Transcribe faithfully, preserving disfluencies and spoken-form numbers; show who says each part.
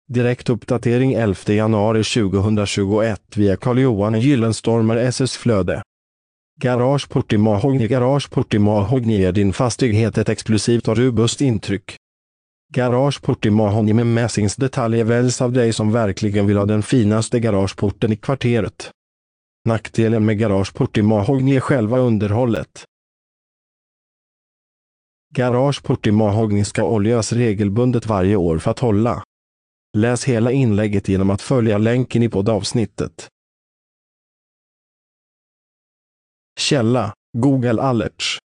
Speaker 1: Direktuppdatering elfte januari tjugohundratjugoett via Carl-Johan Gyllenstormer S S-flöde. Garageport i mahogny. Garageport i mahogny ger din fastighet ett exklusivt och robust intryck. Garageport i mahogny med mässingsdetaljer väljs av dig som verkligen vill ha den finaste garageporten i kvarteret. Nackdelen med garageport i mahogny är själva underhållet. Garageport i mahogny ska oljas regelbundet varje år för att hålla. Läs hela inlägget genom att följa länken i poddavsnittet. Källa: Google Alerts.